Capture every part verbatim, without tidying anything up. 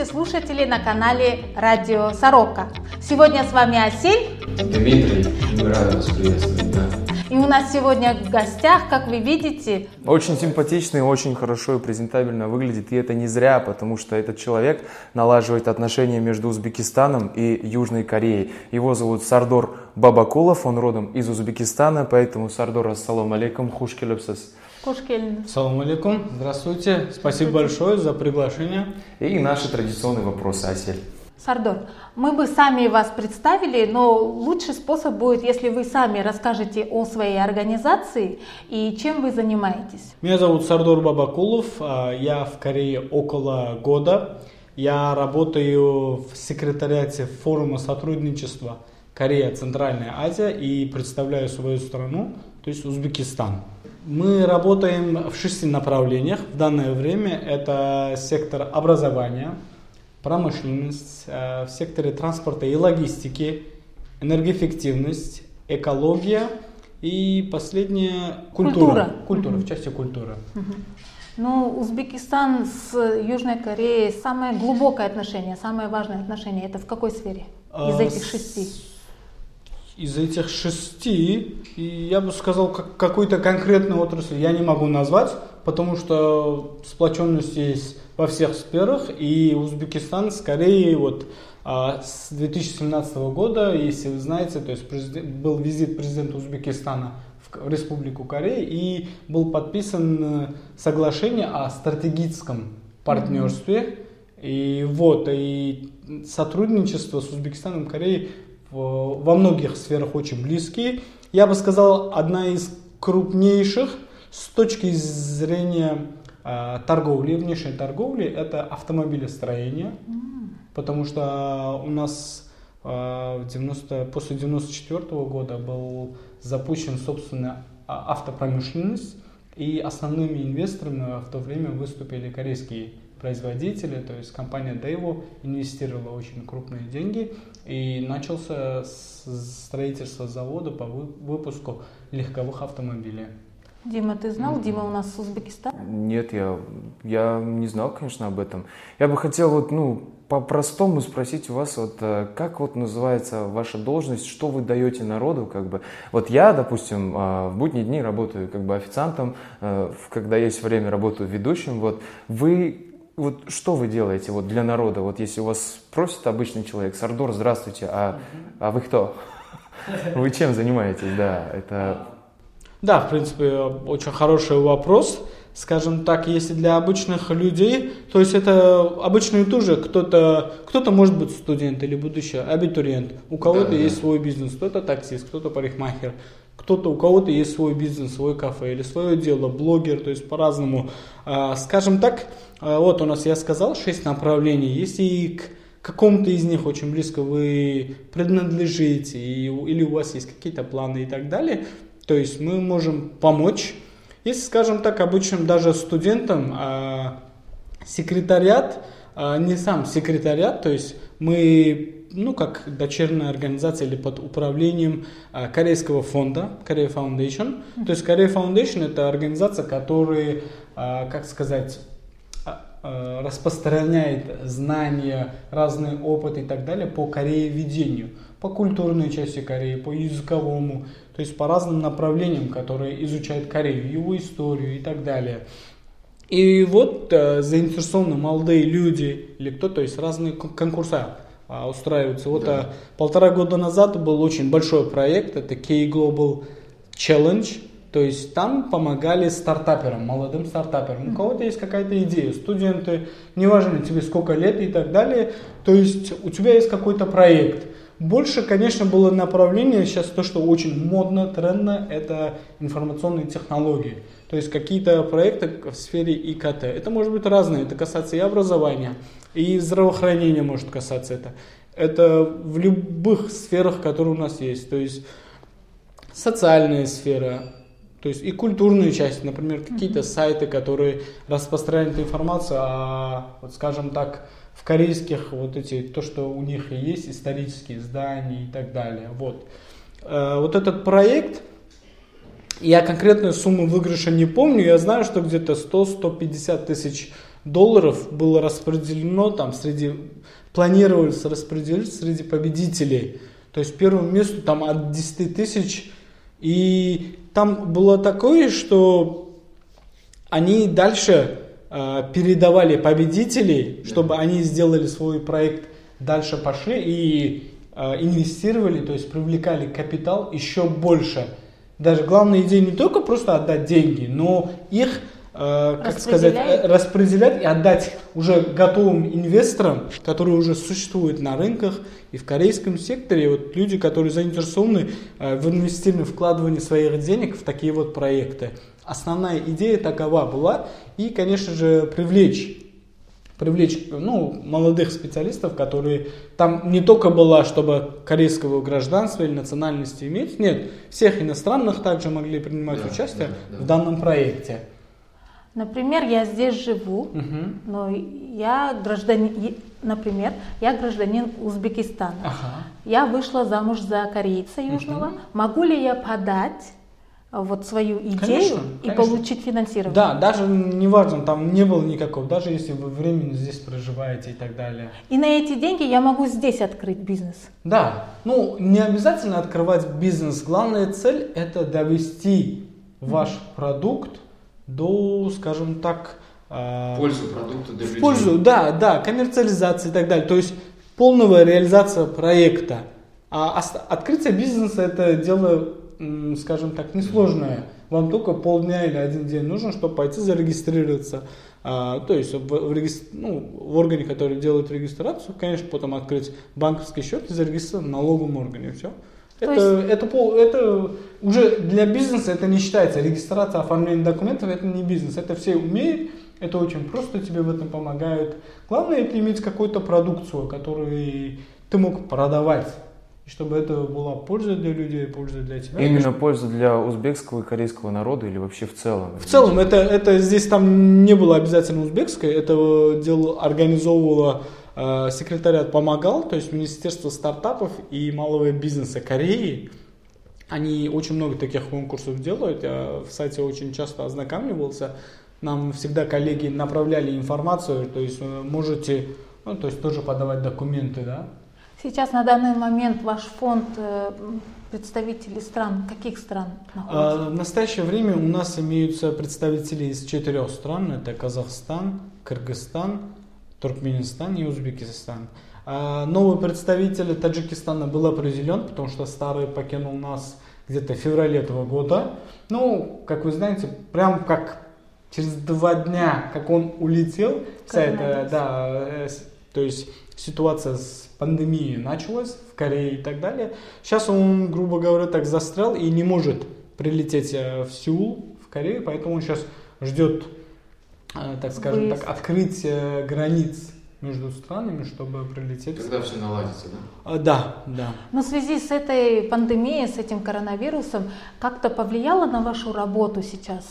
Здравствуйте, слушатели на канале Радио Сорока. Сегодня с вами Асель. Дмитрий, мы рады вас приветствовать. Да. И у нас сегодня в гостях, как вы видите... Очень симпатичный, очень хорошо и презентабельно выглядит. И это не зря, потому что этот человек налаживает отношения между Узбекистаном и Южной Кореей. Его зовут Сардор Бабакулов, он родом из Узбекистана, поэтому Сардор, ассалам алейкум, хуш келепсиз. Салам алейкум, здравствуйте, спасибо большое за приглашение. И наши традиционные вопросы, Асель. Сардор, мы бы сами вас представили, но лучший способ будет, если вы сами расскажете о своей организации и чем вы занимаетесь. Меня зовут Сардор Бабакулов, я в Корее около года. Я работаю в секретариате форума сотрудничества Корея, Центральная Азия и представляю свою страну, то есть Узбекистан. Мы работаем в шести направлениях. В данное время это сектор образования, промышленность, в секторе транспорта и логистики, энергоэффективность, экология и последнее культура. Культура, культура в части культуры. Угу. Ну, Узбекистан с Южной Кореей самое глубокое отношение, самое важное отношение. Это в какой сфере из этих шести? Из этих шести, и я бы сказал, как, какой-то конкретной отрасли я не могу назвать, потому что сплоченность есть во всех сферах, и Узбекистан с Кореей вот, а, с две тысячи семнадцатого года, если вы знаете, то есть был визит президента Узбекистана в Республику Корея, и был подписан соглашение о стратегическом партнерстве, mm-hmm. и вот, и сотрудничество с Узбекистаном и Кореей во многих сферах очень близкие. Я бы сказал, одна из крупнейших с точки зрения э, торговли, внешней торговли, это автомобилестроение. Mm. Потому что у нас э, девяносто, после девяносто четвёртого года был запущен, собственно, автопромышленность. И основными инвесторами в то время выступили корейские производители, то есть компания Daewoo инвестировала очень крупные деньги и начался строительство завода по выпуску легковых автомобилей. Дима, ты знал? Дима у нас с Узбекистана? Нет, я, я не знал, конечно, об этом. Я бы хотел вот, ну, по-простому спросить у вас, вот, как вот называется ваша должность, что вы даете народу, как бы. Вот я, допустим, в будние дни работаю как бы официантом, когда есть время работаю ведущим, вот. Вы, вот что вы делаете вот для народа, вот если у вас спросит обычный человек: Сардор, здравствуйте, а, а вы кто? Вы чем занимаетесь, да, это... Да, в принципе, очень хороший вопрос. Скажем так, если для обычных людей, то есть это обычные тоже, кто-то, кто-то может быть студент или будущий абитуриент, у кого-то да, есть да. свой бизнес, кто-то таксист, кто-то парикмахер, кто-то, у кого-то есть свой бизнес, свой кафе или свое дело, блогер, то есть по-разному. Скажем так, вот у нас, я сказал, шесть направлений, если к какому-то из них очень близко вы принадлежите или у вас есть какие-то планы и так далее, то есть мы можем помочь. Если, скажем так, обычным даже студентам, а, секретариат, а, не сам секретариат, то есть мы, ну, как дочерняя организация или под управлением а, корейского фонда, Korea Foundation. То есть Korea Foundation это организация, которая, а, как сказать, а, распространяет знания, разный опыт и так далее по корееведению, по культурной части Кореи, по языковому, то есть по разным направлениям, которые изучают Корею, его историю и так далее. И вот э, заинтересованные молодые люди или кто, то есть разные конкурсы э, устраиваются. Вот да. э, полтора года назад был очень большой проект, это K-Global Challenge, то есть там помогали стартаперам, молодым стартаперам. У кого-то есть какая-то идея, студенты, неважно тебе сколько лет и так далее, то есть у тебя есть какой-то проект. Больше, конечно, было направление, сейчас то, что очень модно, трендно, это информационные технологии. То есть какие-то проекты в сфере И К Т. Это может быть разное, это касается и образования, и здравоохранения может касаться это. Это в любых сферах, которые у нас есть. То есть социальная сфера, то есть и культурная часть, например, какие-то сайты, которые распространяют информацию о, вот скажем так, в корейских вот эти, то, что у них и есть, исторические здания и так далее. Вот, э, вот этот проект, я конкретную сумму выигрыша не помню, я знаю, что где-то сто - сто пятьдесят тысяч долларов было распределено там среди, планировалось распределить среди победителей. То есть первому месту там от десяти тысяч. И там было такое, что они дальше э, передавали победителей, чтобы они сделали свой проект, дальше пошли и э, инвестировали, то есть привлекали капитал еще больше. Даже главная идея не только просто отдать деньги, но их, э, как сказать, распределять и отдать уже готовым инвесторам, которые уже существуют на рынках и в корейском секторе. Вот люди, которые заинтересованы э, в инвестировании, вкладывании своих денег в такие вот проекты. Основная идея такова была. И, конечно же, привлечь, привлечь ну, молодых специалистов, которые там не только было, чтобы корейского гражданства или национальности иметь. Нет, всех иностранных также могли принимать да, участие да, да. в данном проекте. Например, я здесь живу, угу. но я гражданин, например, я гражданин Узбекистана. Ага. Я вышла замуж за корейца южного. Угу. Могу ли я подать вот свою идею конечно, и конечно. получить финансирование? Да, даже неважно, там не было никакого, даже если вы временно здесь проживаете и так далее. И на эти деньги я могу здесь открыть бизнес? Да, ну не обязательно открывать бизнес. Главная цель это довести угу. ваш продукт до, скажем так, пользу продукта для людей. Пользу, да, да, коммерциализации и так далее. То есть полная реализация проекта. А открытие бизнеса это дело, скажем так, несложное. Вам только полдня или один день нужно, чтобы пойти зарегистрироваться. А, то есть в, в, регистр... ну, в органе, который делает регистрацию, конечно, потом открыть банковский счет и зарегистрироваться в налоговом органе. Все. Это, есть... это, это, это уже для бизнеса это не считается. Регистрация, оформление документов это не бизнес. Это все умеют, это очень просто, тебе в этом помогают. Главное это иметь какую-то продукцию, которую ты мог продавать. И чтобы это была польза для людей, польза для тебя. Именно польза для узбекского и корейского народа или вообще в целом? В целом, это, это здесь там не было обязательно узбекское, это дело организовывало э, секретариат помогал, то есть Министерство стартапов и малого бизнеса Кореи. Они очень много таких конкурсов делают, я в сайте очень часто ознакомливался. Нам всегда коллеги направляли информацию, то есть можете, ну, то есть тоже подавать документы, да. Сейчас на данный момент ваш фонд представителей стран, каких стран находится? В настоящее время у нас имеются представители из четырех стран. Это Казахстан, Кыргызстан, Туркменистан и Узбекистан. Новый представитель Таджикистана был определен, потому что старый покинул нас где-то в феврале этого года. Ну, как вы знаете, прям как через два дня, как он улетел, вся эта, да, то есть ситуация с пандемией началась в Корее и так далее. Сейчас он, грубо говоря, так застрял и не может прилететь в Сеул, в Корею, поэтому он сейчас ждет, так скажем так, открытия границ между странами, чтобы прилететь. Тогда все наладится, да? Да, да. Но в связи с этой пандемией, с этим коронавирусом, как-то повлияло на вашу работу сейчас?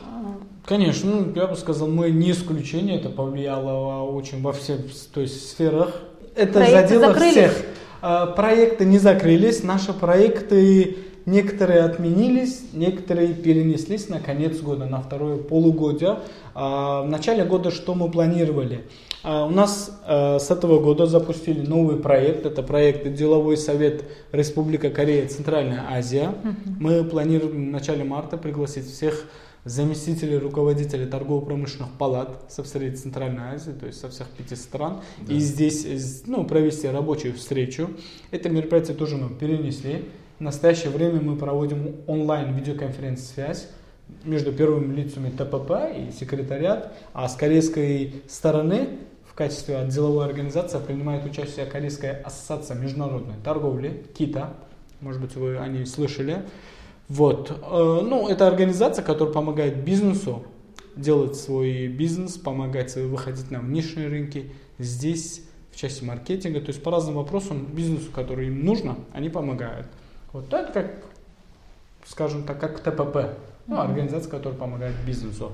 Конечно, ну, я бы сказал, мы не исключение, это повлияло очень во всех, то есть, сферах. Это проекты задело закрылись? Всех. Проекты не закрылись, наши проекты некоторые отменились, некоторые перенеслись на конец года, на второе полугодие. В начале года что мы планировали? У нас с этого года запустили новый проект, это проект «Деловой совет Республика Корея, Центральная Азия». Мы планируем в начале марта пригласить всех заместителей руководителей торгово-промышленных палат со всей Центральной Азии, то есть со всех пяти стран, да. И здесь ну, провести рабочую встречу. Это мероприятие тоже мы перенесли. В настоящее время мы проводим онлайн видеоконференц-связь между первыми лицами ТПП и секретариат, а с корейской стороны в качестве деловой организации принимает участие Корейская ассоциация международной торговли, КИТА, может быть вы о ней слышали. Вот. Ну, это организация, которая помогает бизнесу делать свой бизнес, помогать выходить на внешние рынки здесь, в части маркетинга. То есть по разным вопросам бизнесу, который им нужно, они помогают. Вот это как, скажем так, как ТПП, ну, организация, которая помогает бизнесу.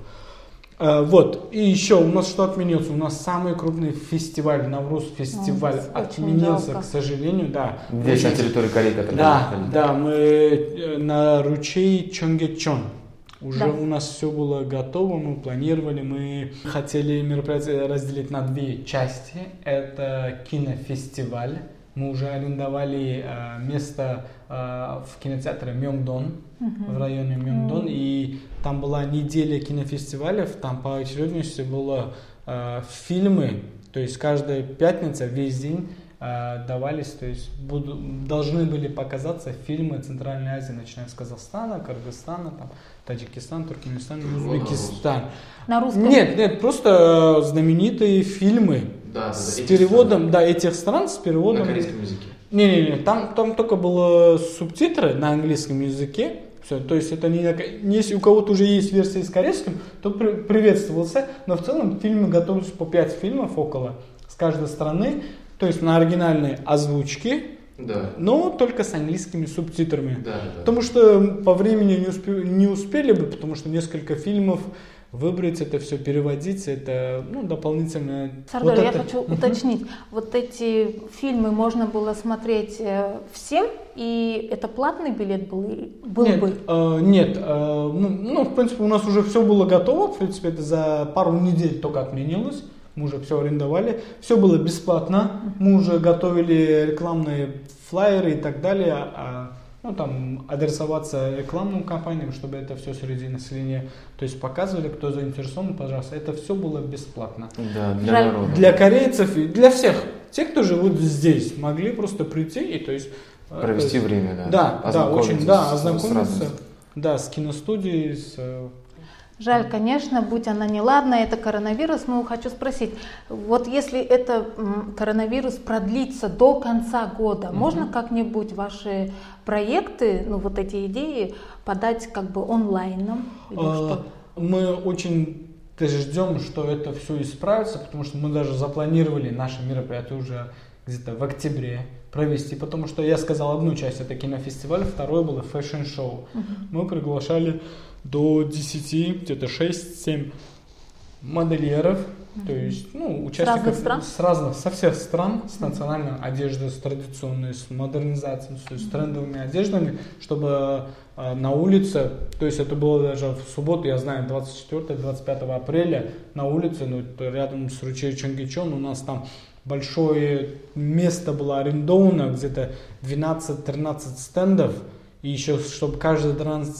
Вот, и еще у нас что отменился? У нас самый крупный фестиваль, Навруз фестиваль О, отменился, к сожалению, да. Здесь на территории Кореи, который да, да, мы на ручей Чонгечон. Уже Да. у нас все было готово, мы планировали, мы хотели мероприятие разделить на две части. Это кинофестиваль. Мы уже арендовали э, место э, в кинотеатре Мёнгдон, uh-huh. в районе Мёнгдон. Uh-huh. И там была неделя кинофестивалей, там по очередности было э, фильмы. То есть каждая пятница, весь день э, давались, то есть буду, должны были показаться фильмы Центральной Азии, начиная с Казахстана, Кыргызстана, там, Таджикистан, Туркменистан, Узбекистан. На русском? Нет, нет, просто знаменитые фильмы да, с да, переводом, стран. да, этих стран с переводом. На корейском языке. Не-не-не, там, там только было субтитры на английском языке. Все, то есть это не, если у кого-то уже есть версия с корейским, то при, приветствовался. Но в целом фильмы готовились по пять фильмов около с каждой страны, то есть на оригинальной озвучке. Да. Но только с английскими субтитрами. Да, да, да. Потому что по времени не, успе, не успели бы, потому что несколько фильмов выбрать, это все переводить, это ну, дополнительно... Сардар, вот я это... хочу уточнить. Вот эти фильмы можно было смотреть всем, и это платный билет был? был нет, бы? Э, нет э, ну, ну, в принципе, у нас уже все было готово, в принципе, это за пару недель только отменилось. Мы уже все арендовали, все было бесплатно, мы уже готовили рекламные флаеры и так далее, а, ну, там, адресоваться рекламным компаниям, чтобы это все среди населения, то есть показывали, кто заинтересован, пожалуйста, это все было бесплатно. Да, для Жаль. народа. Для корейцев и для всех, те, кто живут здесь, могли просто прийти и, то есть... Провести то есть, время, да. Да, да, очень, да, ознакомиться, с да, с киностудией, с... Жаль, конечно, будь она неладная, это коронавирус, но хочу спросить, вот если это коронавирус продлится до конца года, mm-hmm. можно как-нибудь ваши проекты, ну вот эти идеи подать как бы онлайном? Или а, что? Мы очень ждем, что это все исправится, потому что мы даже запланировали наше мероприятие уже где-то в октябре провести, потому что я сказал одну часть, это кинофестиваль, второе было фэшн-шоу. Mm-hmm. Мы приглашали до десяти, где-то шесть-семь модельеров, mm-hmm. то есть, ну, участников с разных стран? с разных, со всех стран, с национальной одеждой, с традиционной, с модернизацией, то есть с трендовыми одеждами, чтобы э, на улице, то есть это было даже в субботу, я знаю, двадцать четвёртого - двадцать пятого апреля на улице, ну, рядом с ручьем Чонгичон, у нас там большое место было арендовано, где-то двенадцать-тринадцать стендов, и еще, чтобы каждая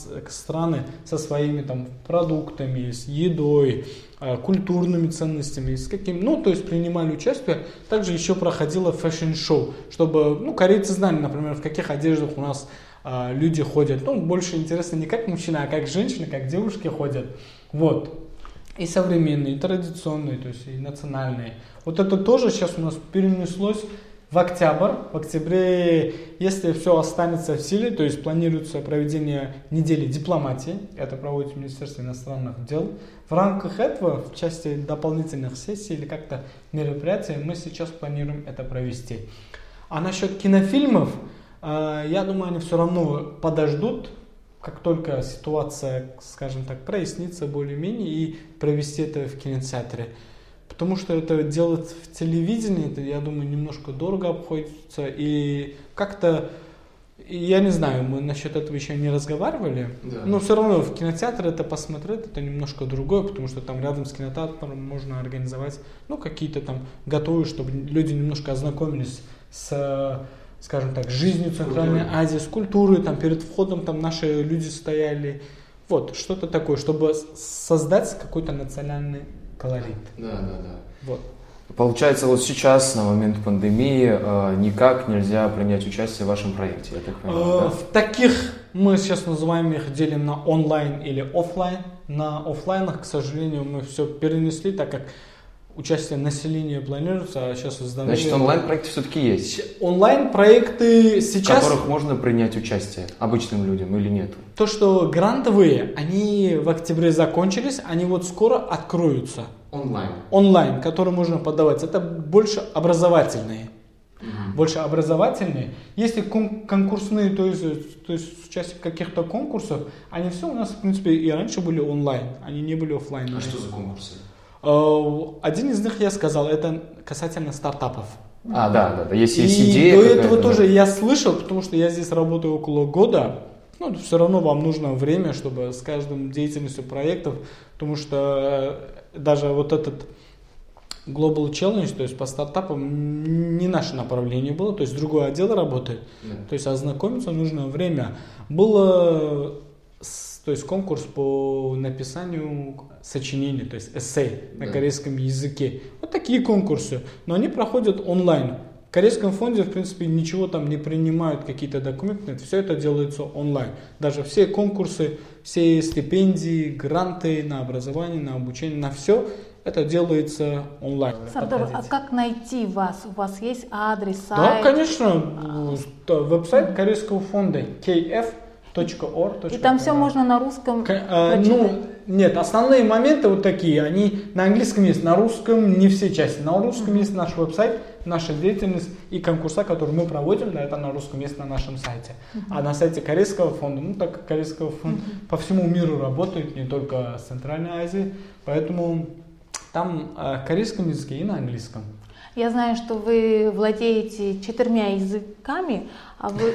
страна со своими там продуктами, с едой, культурными ценностями, с каким, ну, то есть принимали участие. Также еще проходило фэшн-шоу, чтобы, ну, корейцы знали, например, в каких одеждах у нас а, люди ходят. Ну, больше интересно не как мужчина, а как женщины, как девушки ходят. Вот. И современные, и традиционные, то есть и национальные. Вот это тоже сейчас у нас перенеслось в октябрь. В октябре, если все останется в силе, то есть планируется проведение недели дипломатии. Это проводит Министерство иностранных дел. В рамках этого, в части дополнительных сессий или как-то мероприятий, мы сейчас планируем это провести. А насчет кинофильмов, я думаю, они все равно подождут, как только ситуация, скажем так, прояснится более-менее, и провести это в кинотеатре. Потому что это делать в телевидении, это, я думаю, немножко дорого обходится. И как-то, я не знаю, мы насчет этого еще не разговаривали, да. Но все равно в кинотеатре это посмотреть, это немножко другое, потому что там рядом с кинотеатром можно организовать, ну, какие-то там готовые, чтобы люди немножко ознакомились с, скажем так, жизнью Центральной Азии, с культурой, там перед входом там наши люди стояли. Вот, что-то такое, чтобы создать какой-то национальный колорит. Да, да, да. Вот. Получается, вот сейчас, на момент пандемии, э, никак нельзя принять участие в вашем проекте, я так понимаю, э, да? В таких, мы сейчас называем их, делим на онлайн или офлайн. На офлайнах, к сожалению, мы все перенесли, так как участие населения планируется, а сейчас издание... Значит, онлайн-проекты все-таки есть? Онлайн-проекты сейчас... В которых можно принять участие обычным людям или нет? То, что грантовые, они в октябре закончились, они вот скоро откроются. Онлайн. Онлайн, которые можно подавать. Это больше образовательные. Mm-hmm. Больше образовательные. Если кон- конкурсные, то есть, то есть участие в каких-то конкурсах, они все у нас, в принципе, и раньше были онлайн, они не были офлайн. А что за конкурсы? Один из них я сказал, это касательно стартапов. А, да, да, да. Если и есть идея. До этого тоже я слышал, потому что я здесь работаю около года. ну, все равно вам нужно время, чтобы с каждым деятельностью проектов, потому что даже вот этот Global Challenge, то есть по стартапам, не наше направление было, то есть другой отдел работает, yeah. то есть ознакомиться нужно время. Было, то есть конкурс по написанию сочинений, то есть эссе yeah. на корейском языке. Вот такие конкурсы, но они проходят онлайн. В корейском фонде, в принципе, ничего там не принимают, какие-то документы, все это делается онлайн. Даже все конкурсы, все стипендии, гранты на образование, на обучение, на все это делается онлайн. Сардар, а как найти вас? У вас есть адрес, сайт? Да, конечно. Веб-сайт корейского фонда кей эф точка ор точка кей. И там все можно на русском прочитать? Ну, нет, основные моменты вот такие, они на английском есть, на русском не все части. На русском uh-huh. есть наш веб-сайт, наша деятельность и конкурса, которые мы проводим, да, это на русском есть на нашем сайте. Uh-huh. А на сайте корейского фонда, ну так как корейского фонда uh-huh. по всему миру работает, не только в Центральной Азии, поэтому там э, корейском языке и на английском. Я знаю, что вы владеете четырьмя языками, а вы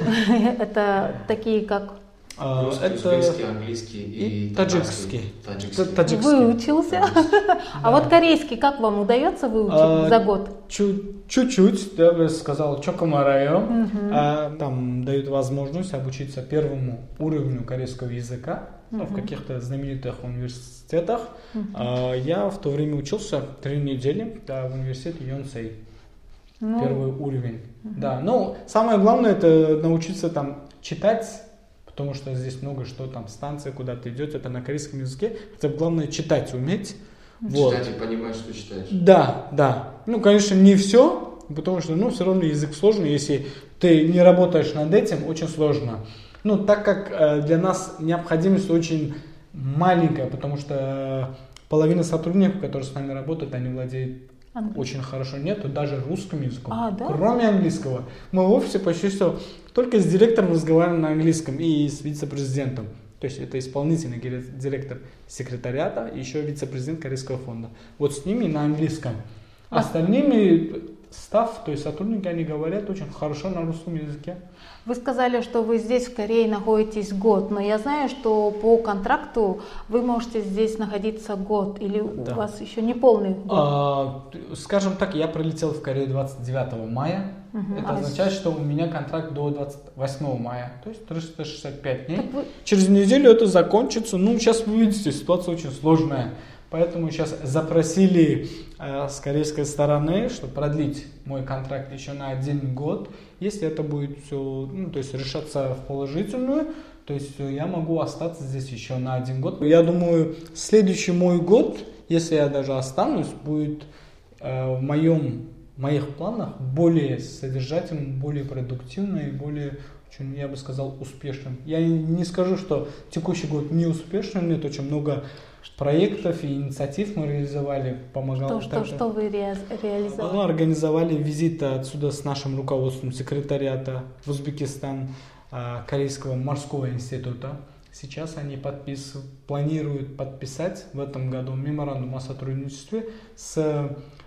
это такие как... Русский, это... узбекский, английский и, и таджикский. таджикский. таджикский. Выучился. Да. А вот корейский как вам удается выучить а, за год? Чуть-чуть, я бы сказал, чокомарайо. Угу. А, там дают возможность обучиться первому уровню корейского языка угу. ну, в каких-то знаменитых университетах. Угу. А, я в то время учился три недели да, в университете Йонсей. Ну. Первый уровень. Угу. Да. Ну, самое главное это научиться там читать. Потому что здесь много что там, станция, куда ты идешь, это на корейском языке. Это главное читать уметь. Вот. Читать и понимать, что читаешь. Да, да. Ну, конечно, не все, потому что, ну, все равно язык сложный. Если ты не работаешь над этим, очень сложно. Ну, так как э, для нас необходимость очень маленькая, потому что половина сотрудников, которые с нами работают, они владеют Английский. Очень хорошо нету, даже русским языком. А, да? Кроме английского. Мы в офисе почти что только с директором разговариваем на английском и с вице-президентом. То есть это исполнительный директор секретариата и еще вице-президент Корейского фонда. Вот с ними на английском. А остальными став, то есть сотрудники, они говорят очень хорошо на русском языке. Вы сказали, что вы здесь в Корее находитесь год, но я знаю, что по контракту вы можете здесь находиться год, или да. у вас еще не полный год? А, скажем так, я прилетел в Корею двадцать девятого мая. Угу. Это а означает, что у меня контракт до двадцать восьмого мая, то есть триста шестьдесят пять дней. Вы... Через неделю это закончится. Ну, сейчас вы видите, ситуация очень сложная. Поэтому сейчас запросили э, с корейской стороны, чтобы продлить мой контракт еще на один год. Если это будет все, ну, то есть решаться в положительную, то есть я могу остаться здесь еще на один год. Я думаю, следующий мой год, если я даже останусь, будет э, в моем, в моих планах более содержательным, более продуктивным и более, очень, я бы сказал, успешным. Я не скажу, что текущий год не успешный, нет очень много проектов и инициатив мы реализовали, помогал. Что, что, что вы ре- реализовали? Мы организовали визит отсюда с нашим руководством секретариата в Узбекистан Корейского морского института. Сейчас они подпис... планируют подписать в этом году меморандум о сотрудничестве с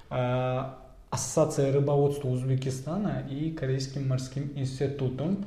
э, Ассоциацией рыбоводства Узбекистана и Корейским морским институтом.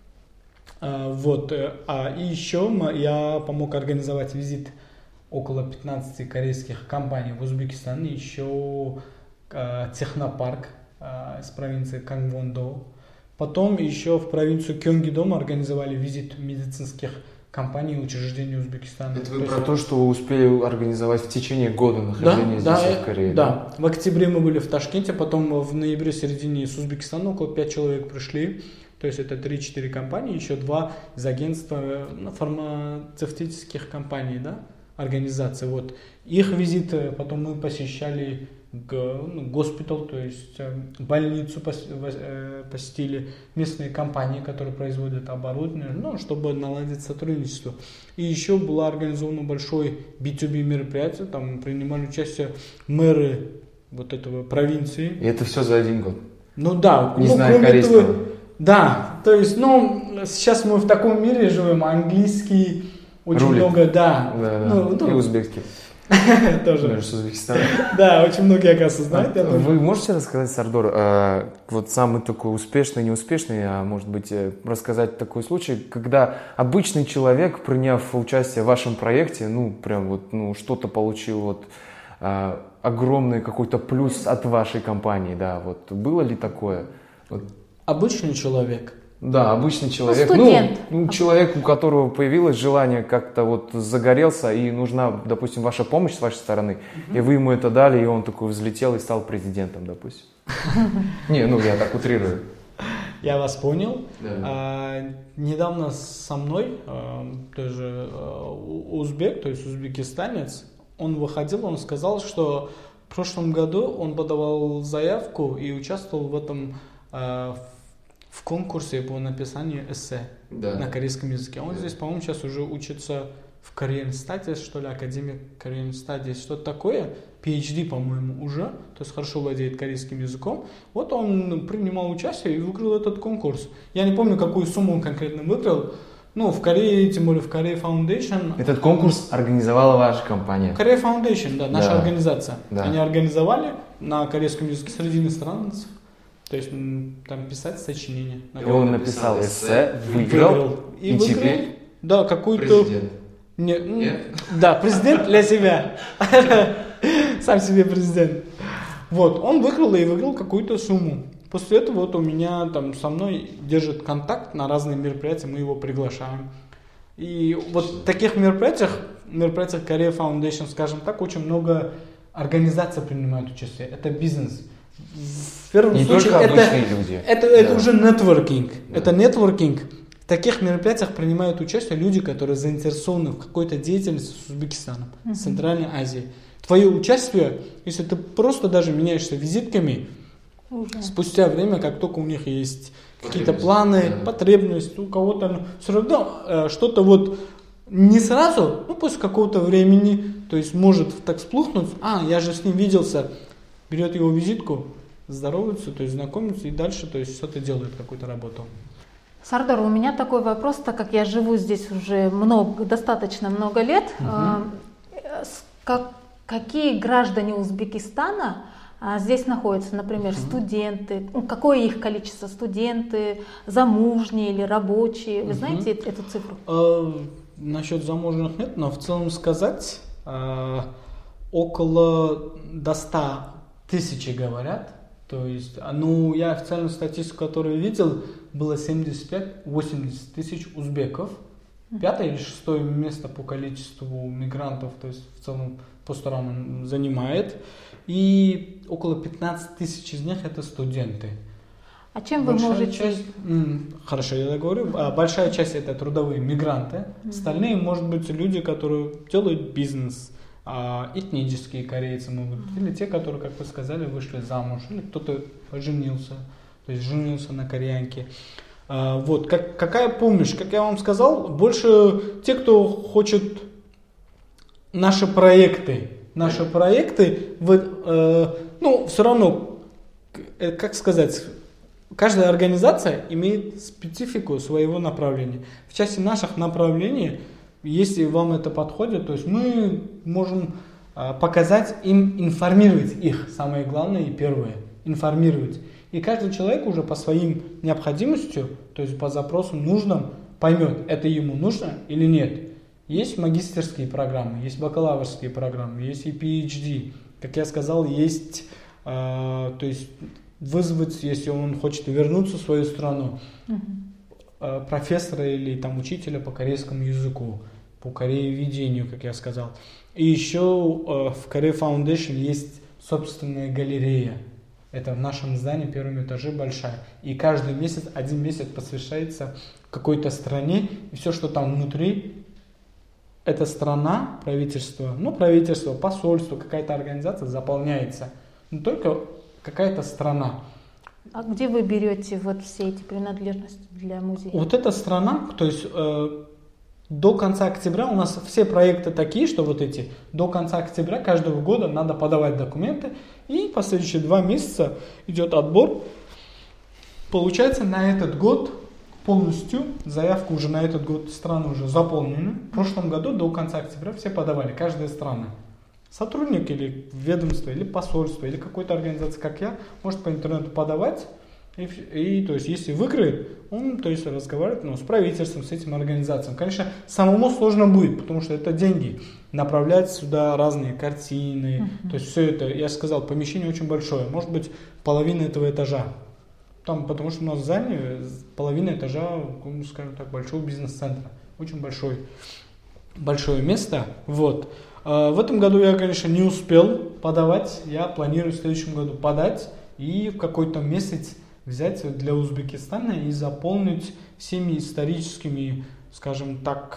Э, вот. А, и еще я помог организовать визит около пятнадцати корейских компаний в Узбекистане, еще э, технопарк э, из провинции Кангвон-до. Потом еще в провинцию Кёнгидо мы организовали визит медицинских компаний и учреждений Узбекистана. Это вы то про есть... то, что вы успели организовать в течение года нахождения да, здесь, да, в Корее? Да. да, в октябре мы были в Ташкенте, потом в ноябре, середине с Узбекистана около пять человек пришли. То есть это три-четыре компании, еще два из агентства ну, фармацевтических компаний, да? Организации. Вот. Их визиты потом мы посещали ну, госпиталь, то есть больницу посетили, местные компании, которые производят оборудование, ну, чтобы наладить сотрудничество. И еще было организовано большое би ту би мероприятие, там принимали участие мэры вот этого провинции. И это все за один год? Ну да. Не ну, знаю корейского. Этого, да, то есть, ну, сейчас мы в таком мире живем, английский очень Рулит. много, да. да, да. Ну, ну, и узбекский. Тоже. Между с Узбекистаном. Да, очень многие, оказывается, знают. Вы можете рассказать, Сардор, вот самый такой успешный, неуспешный, а может быть рассказать такой случай, когда обычный человек, приняв участие в вашем проекте, ну прям вот ну что-то получил вот огромный какой-то плюс от вашей компании, да, вот было ли такое? Вот. Обычный человек. Да, обычный человек. Ну, студент. Ну, человек, у которого появилось желание, как-то вот загорелся, и нужна, допустим, ваша помощь с вашей стороны, mm-hmm. и вы ему это дали, и он такой взлетел и стал президентом, допустим. Не, ну я так утрирую. Я вас понял. Недавно со мной тоже узбек, то есть узбекистанец, он выходил, он сказал, что в прошлом году он подавал заявку и участвовал в этом в конкурсе по написанию эссе да. на корейском языке. Он да. здесь, по-моему, сейчас уже учится в Korean Studies, что ли, Академия Korean Studies, что-то такое, пи эйч ди, по-моему, уже, то есть хорошо владеет корейским языком. Вот он принимал участие и выиграл этот конкурс. Я не помню, какую сумму он конкретно выиграл. Ну, в Корее, тем более в Korea Foundation. Этот конкурс организовала ваша компания? Korea Foundation, да, наша да. организация. Да. Они организовали на корейском языке среди иностранцев. То есть там писать сочинение. И он написал эссе, выиграл, выиграл. И, и выиграл, теперь да, какой-то... Президент. Не, Нет? Да, президент для себя. Сам себе президент. Вот, он выиграл и выиграл какую-то сумму. После этого вот у меня там со мной держит контакт на разные мероприятия, мы его приглашаем. И вот в таких мероприятиях, мероприятиях Korea Foundation, скажем так, очень много организаций принимают участие. Это бизнес. В первом не случае только это, люди. Это, да. это уже нетворкинг. Да. Это нетворкинг. В таких мероприятиях принимают участие люди, которые заинтересованы в какой-то деятельности с Узбекистаном, uh-huh. с Центральной Азией. Твое участие, если ты просто даже меняешься визитками, uh-huh. спустя время, как только у них есть какие-то планы, да. потребности, у кого-то ну, все равно э, что-то вот не сразу, ну после какого-то времени, то есть может так всплухнуть, а, я же с ним виделся, берет его визитку, здоровается, то есть знакомится и дальше, то есть что-то делает, какую-то работу. Сардар, у меня такой вопрос, так как я живу здесь уже много, достаточно много лет. Uh-huh. Э, как, какие граждане Узбекистана а, здесь находятся, например, uh-huh. студенты, ну, какое их количество, студенты, замужние или рабочие, вы uh-huh. знаете эту цифру? Uh, насчет замужних нет, но в целом сказать, uh, около до ста тысяч говорят. То есть, ну, я официальную статистику, которую видел, было семьдесят пять - восемьдесят тысяч узбеков. Пятое или шестое место по количеству мигрантов, то есть в целом по странам занимает. И около пятнадцать тысяч из них это студенты. А чем большая вы можете... Часть, м, хорошо, я договорю. А большая часть это трудовые мигранты. Mm-hmm. Остальные, может быть, люди, которые делают бизнес. А, этнические корейцы могут быть, или те, которые, как вы сказали, вышли замуж, или кто-то поженился, то есть женился на кореянке. А, вот, как, какая помощь, как я вам сказал, больше те, кто хочет наши проекты, наши проекты, в, э, ну, все равно, как сказать, каждая организация имеет специфику своего направления. В части наших направлений, если вам это подходит, то есть мы можем а, показать им, информировать их, самое главное и первое, информировать. И каждый человек уже по своим необходимостям, то есть по запросам нужным, поймет, это ему нужно или нет. Есть магистерские программы, есть бакалаврские программы, есть и пи эйч ди. Как я сказал, есть, а, то есть вызвать, если он хочет вернуться в свою страну, uh-huh. а, профессора или там учителя по корейскому языку, по корееведению, как я сказал. И еще э, в Korea Foundation есть собственная галерея. Это в нашем здании, первом этаже, большая. И каждый месяц, один месяц посвящается какой-то стране. И все, что там внутри, эта страна, правительство, ну правительство, посольство, какая-то организация заполняется. Но только какая-то страна. А где вы берете вот все эти принадлежности для музея? Вот эта страна, то есть... Э, До конца октября у нас все проекты такие, что вот эти, до конца октября каждого года надо подавать документы, и последующие два месяца идет отбор. Получается, на этот год полностью, заявку уже на этот год страны уже заполнены. В прошлом году до конца октября все подавали, каждая страна. сотрудник или ведомство, или посольство, или какой-то организации, как я, может по интернету подавать. И, и то есть, если выиграет, он то есть, разговаривает ну, с правительством, с этим организацией. Конечно, самому сложно будет, потому что это деньги. Направлять сюда разные картины. Uh-huh. То есть, все это, я сказал, помещение очень большое. Может быть, половина этого этажа. Там, потому что у нас здание, половина этажа, скажем так, большого бизнес-центра. Очень большой, большое место. Вот. В этом году я, конечно, не успел подавать. Я планирую в следующем году подать и в какой-то месяц взять для Узбекистана и заполнить всеми историческими, скажем так,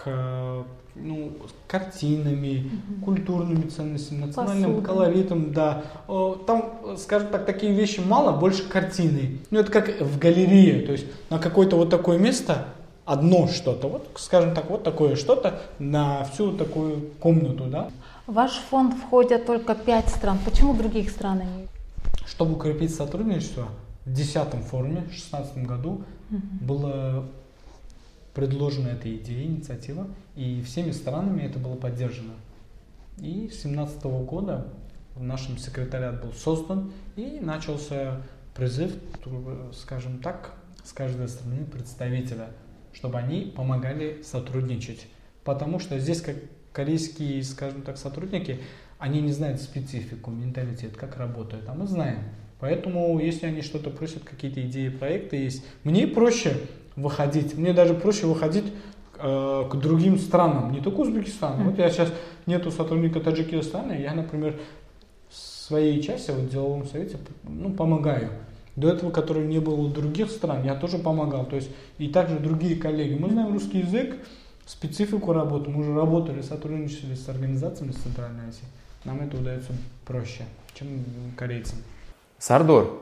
ну, картинами, mm-hmm. культурными ценностями, национальным Посуда. колоритом, да. Там, скажем так, такие вещи мало, больше картины. Ну, это как в галерее, то есть на какое-то вот такое место одно что-то, вот, скажем так, вот такое что-то на всю такую комнату, да. В ваш фонд входят только пять стран. Почему других стран нет? Чтобы укрепить сотрудничество, в десятом форуме, в две тысячи шестнадцатом году, uh-huh. была предложена эта идея, инициатива, и всеми странами это было поддержано. И с две тысячи семнадцатого года в нашем секретариат был создан, и начался призыв, скажем так, с каждой страны представителя, чтобы они помогали сотрудничать. Потому что здесь, как корейские, скажем так, сотрудники, они не знают специфику, менталитет, как работают, а мы знаем. Поэтому, если они что-то просят, какие-то идеи, проекты есть, мне проще выходить, мне даже проще выходить э, к другим странам, не только Узбекистану. Mm-hmm. Вот я сейчас нету сотрудника Таджикистана, я, например, в своей части, вот в деловом совете, ну, помогаю. До этого, который не был у других стран, я тоже помогал. То есть и также другие коллеги. Мы знаем русский язык, специфику работы, мы уже работали, сотрудничали с организациями с Центральной Азии. Нам это удается проще, чем корейцам. Сардор,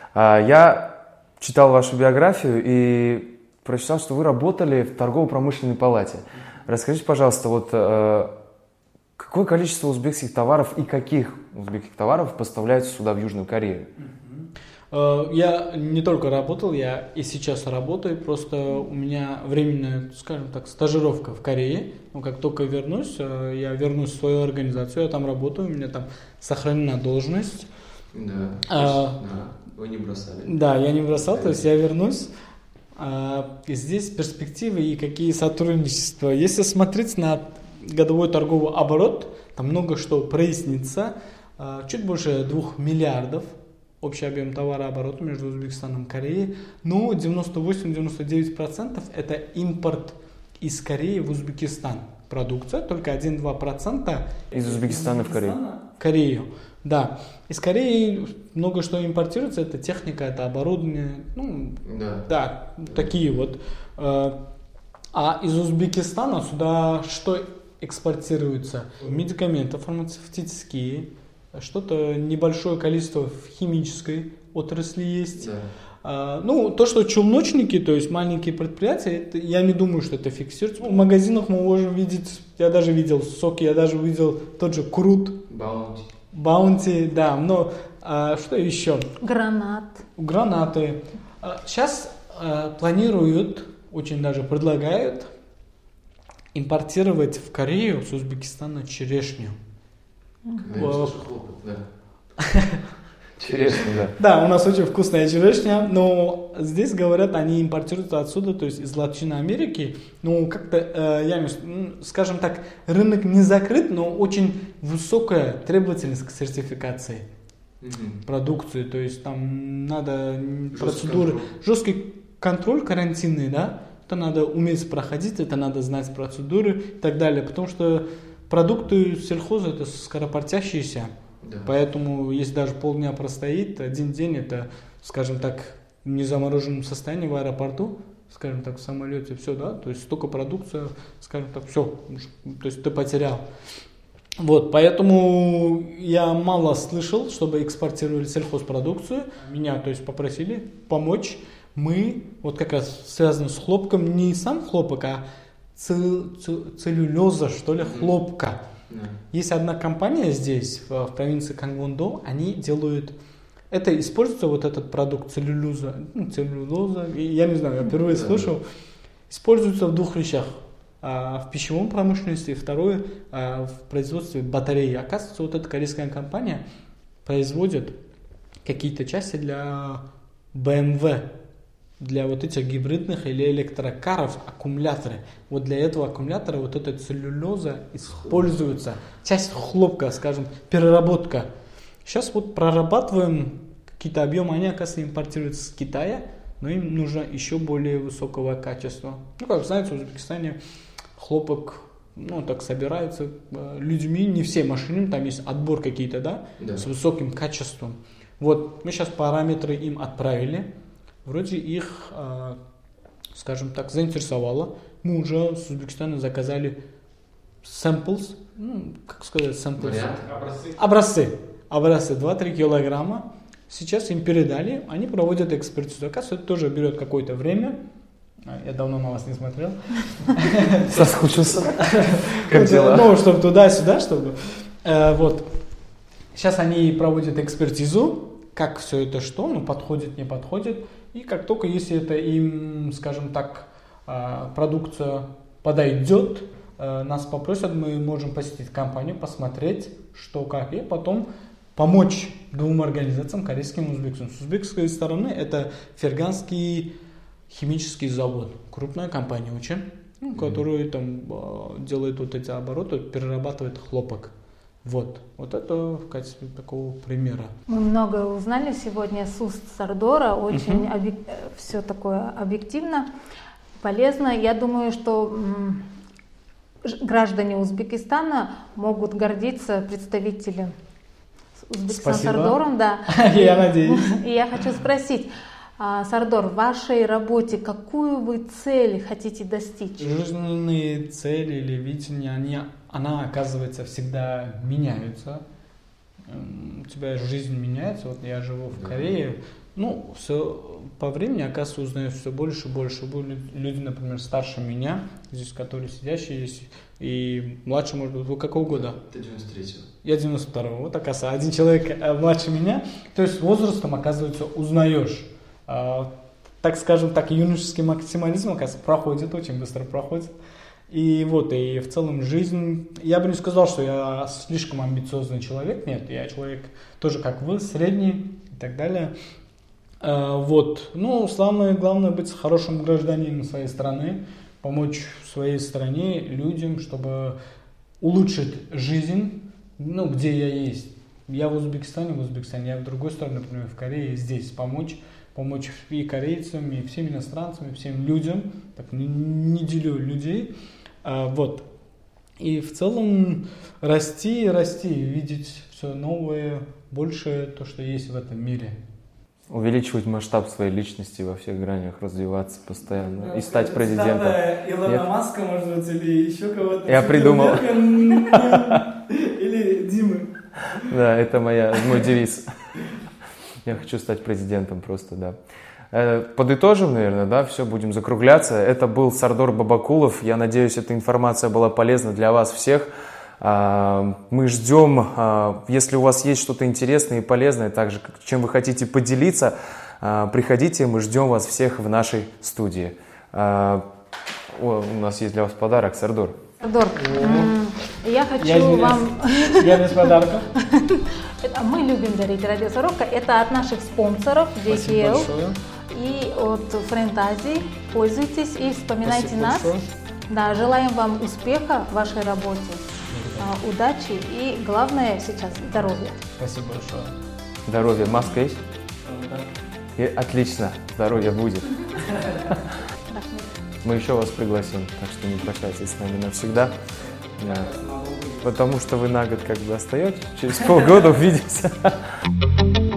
я читал вашу биографию и прочитал, что вы работали в торгово-промышленной палате. Расскажите, пожалуйста, вот какое количество узбекских товаров и каких узбекских товаров поставляются сюда, в Южную Корею? Я не только работал, я и сейчас работаю, просто у меня временная, скажем так, стажировка в Корее. Но как только вернусь, я вернусь в свою организацию, я там работаю, у меня там сохранена должность. Да, а, да, вы не бросали. Да, я не бросал, да. То есть я вернусь. А, и здесь перспективы и какие сотрудничества. Если смотреть на годовой торговый оборот, там много что прояснится. А, чуть больше двух миллиардов общий объем товарооборота между Узбекистаном и Кореей. Но девяносто восемь - девяносто девять процентов это импорт из Кореи в Узбекистан. Продукция, только один-два процента из Узбекистана в Корею. Корею. Да. Из Кореи много что импортируется, это техника, это оборудование, ну, да, да, да. такие вот. А из Узбекистана сюда что экспортируется? Медикаменты фармацевтические, что-то небольшое количество в химической отрасли есть. Да. А, ну, то, что челночники, то есть маленькие предприятия, это, я не думаю, что это фиксируется. В магазинах мы можем видеть, я даже видел соки, я даже видел тот же Крут. Баунти. Баунти, да, но а, что еще? Гранат. Гранаты. А, сейчас а, планируют, очень даже предлагают импортировать в Корею с Узбекистана черешню. Конечно, хлопок, да. Черешня, да. Да, у нас очень вкусная черешня, но здесь говорят, они импортируются отсюда, то есть из Латинской Америки. Ну, как-то, э, я, скажем так, рынок не закрыт, но очень высокая требовательность к сертификации mm-hmm. продукции. То есть там надо жесткий процедуры, контроль. жесткий контроль карантинный, да. Это надо уметь проходить, это надо знать процедуры и так далее, потому что продукты сельхоза это скоропортящиеся. Да. Поэтому, если даже полдня простоит, один день это, скажем так, в незамороженном состоянии в аэропорту, скажем так, в самолете, все, да, то есть столько продукции, скажем так, все, то есть ты потерял. Вот, поэтому я мало слышал, чтобы экспортировали сельхозпродукцию. Меня, то есть, попросили помочь. Мы, вот как раз связано с хлопком, не сам хлопок, а целлюлеза, что ли, хлопка. Yeah. Есть одна компания здесь, в, в провинции Кангвондо, они делают, это используется вот этот продукт целлюлоза, ну, целлюлоза, я не знаю, я впервые yeah. слышал, используется в двух вещах. а, в пищевом промышленности, и второе а, в производстве батарей. Оказывается, вот эта корейская компания производит какие-то части для бэ эм вэ, для вот этих гибридных или электрокаров, аккумуляторы. Вот для этого аккумулятора вот эта целлюлоза используется. Часть хлопка, скажем, переработка. Сейчас вот прорабатываем какие-то объемы, они, оказывается, импортируются с Китая, но им нужно еще более высокого качества. Ну, как знаете, в Узбекистане хлопок, ну, так собирается людьми, не все машины, там есть отбор какие-то, да, да, с высоким качеством. Вот, мы сейчас параметры им отправили, вроде их, скажем так, заинтересовало. Мы уже с Узбекистана заказали samples, ну, как сказать, samples? Образцы. Образцы. Образцы два-три килограмма. Сейчас им передали, они проводят экспертизу. Оказывается, это тоже берет какое-то время. Я давно на вас не смотрел. Соскучился. Как дела? Ну, чтобы туда-сюда, чтобы... Вот. Сейчас они проводят экспертизу, как все это что, ну, подходит, не подходит. И как только, если это им, скажем так, продукция подойдет, нас попросят, мы можем посетить компанию, посмотреть, что как, и потом помочь двум организациям, корейским и узбекским. С узбекской стороны это Ферганский химический завод, крупная компания очень, ну, которая там делает вот эти обороты, перерабатывает хлопок. Вот, вот это в качестве такого примера. Мы много узнали сегодня с уст Сардора, очень uh-huh. объек... все такое объективно, полезно. Я думаю, что м- граждане Узбекистана могут гордиться представителем Узбекистана Сардором, да. Я надеюсь. И я хочу спросить, Сардор, в вашей работе какую вы цель хотите достичь? Жизненные цели или видения, они, она, оказывается, всегда меняются. У тебя жизнь меняется. Вот я живу в Корее. Ну, все по времени, оказывается, узнаю все больше и больше. Были люди, например, старше меня, здесь, которые сидящие есть, и младше, может быть, вы какого года? Ты девяносто третьего. Я девяносто второго. Вот, оказывается, один человек младше меня. То есть возрастом, оказывается, узнаешь. А, так скажем так, юношеский максимализм, оказывается, проходит, очень быстро проходит. И вот, и в целом жизнь, я бы не сказал, что я слишком амбициозный человек, нет, я человек тоже как вы, средний и так далее. А, вот, ну, самое главное быть хорошим гражданином своей страны, помочь своей стране, людям, чтобы улучшить жизнь, ну, где я есть. Я в Узбекистане, в Узбекистане, я в другой стране, например, в Корее, здесь помочь. Помочь и корейцам, и всем иностранцам, и всем людям, так не, не делю людей, а, вот. И в целом расти и расти, видеть все новое, больше то, что есть в этом мире. Увеличивать масштаб своей личности во всех гранях, развиваться постоянно, да, и стать президентом. Да, Илона Маска, может быть, или еще кого-то. Я придумал. Или Димы. Да, это моя, мой девиз. Я хочу стать президентом просто, да. Подытожим, наверное, да, все, будем закругляться. Это был Сардор Бабакулов. Я надеюсь, эта информация была полезна для вас всех. Мы ждем, если у вас есть что-то интересное и полезное, также, чем вы хотите поделиться, приходите, мы ждем вас всех в нашей студии. О, у нас есть для вас подарок, Сардор. Сардор, я хочу я вам... Я без подарков. Это, мы любим дарить Радио Сорока. Это от наших спонсоров джей кей эл и от Френтазии. Пользуйтесь и вспоминайте Спасибо нас. Большое. Да, желаем вам успеха в вашей работе, а, удачи и, главное, сейчас здоровья. Спасибо большое. Здоровье. Маска есть? Да. И, отлично. Здоровье будет. Мы еще вас пригласим, так что не прощайтесь с нами навсегда. Да. Потому что вы на год как бы остаетесь, через полгода увидимся.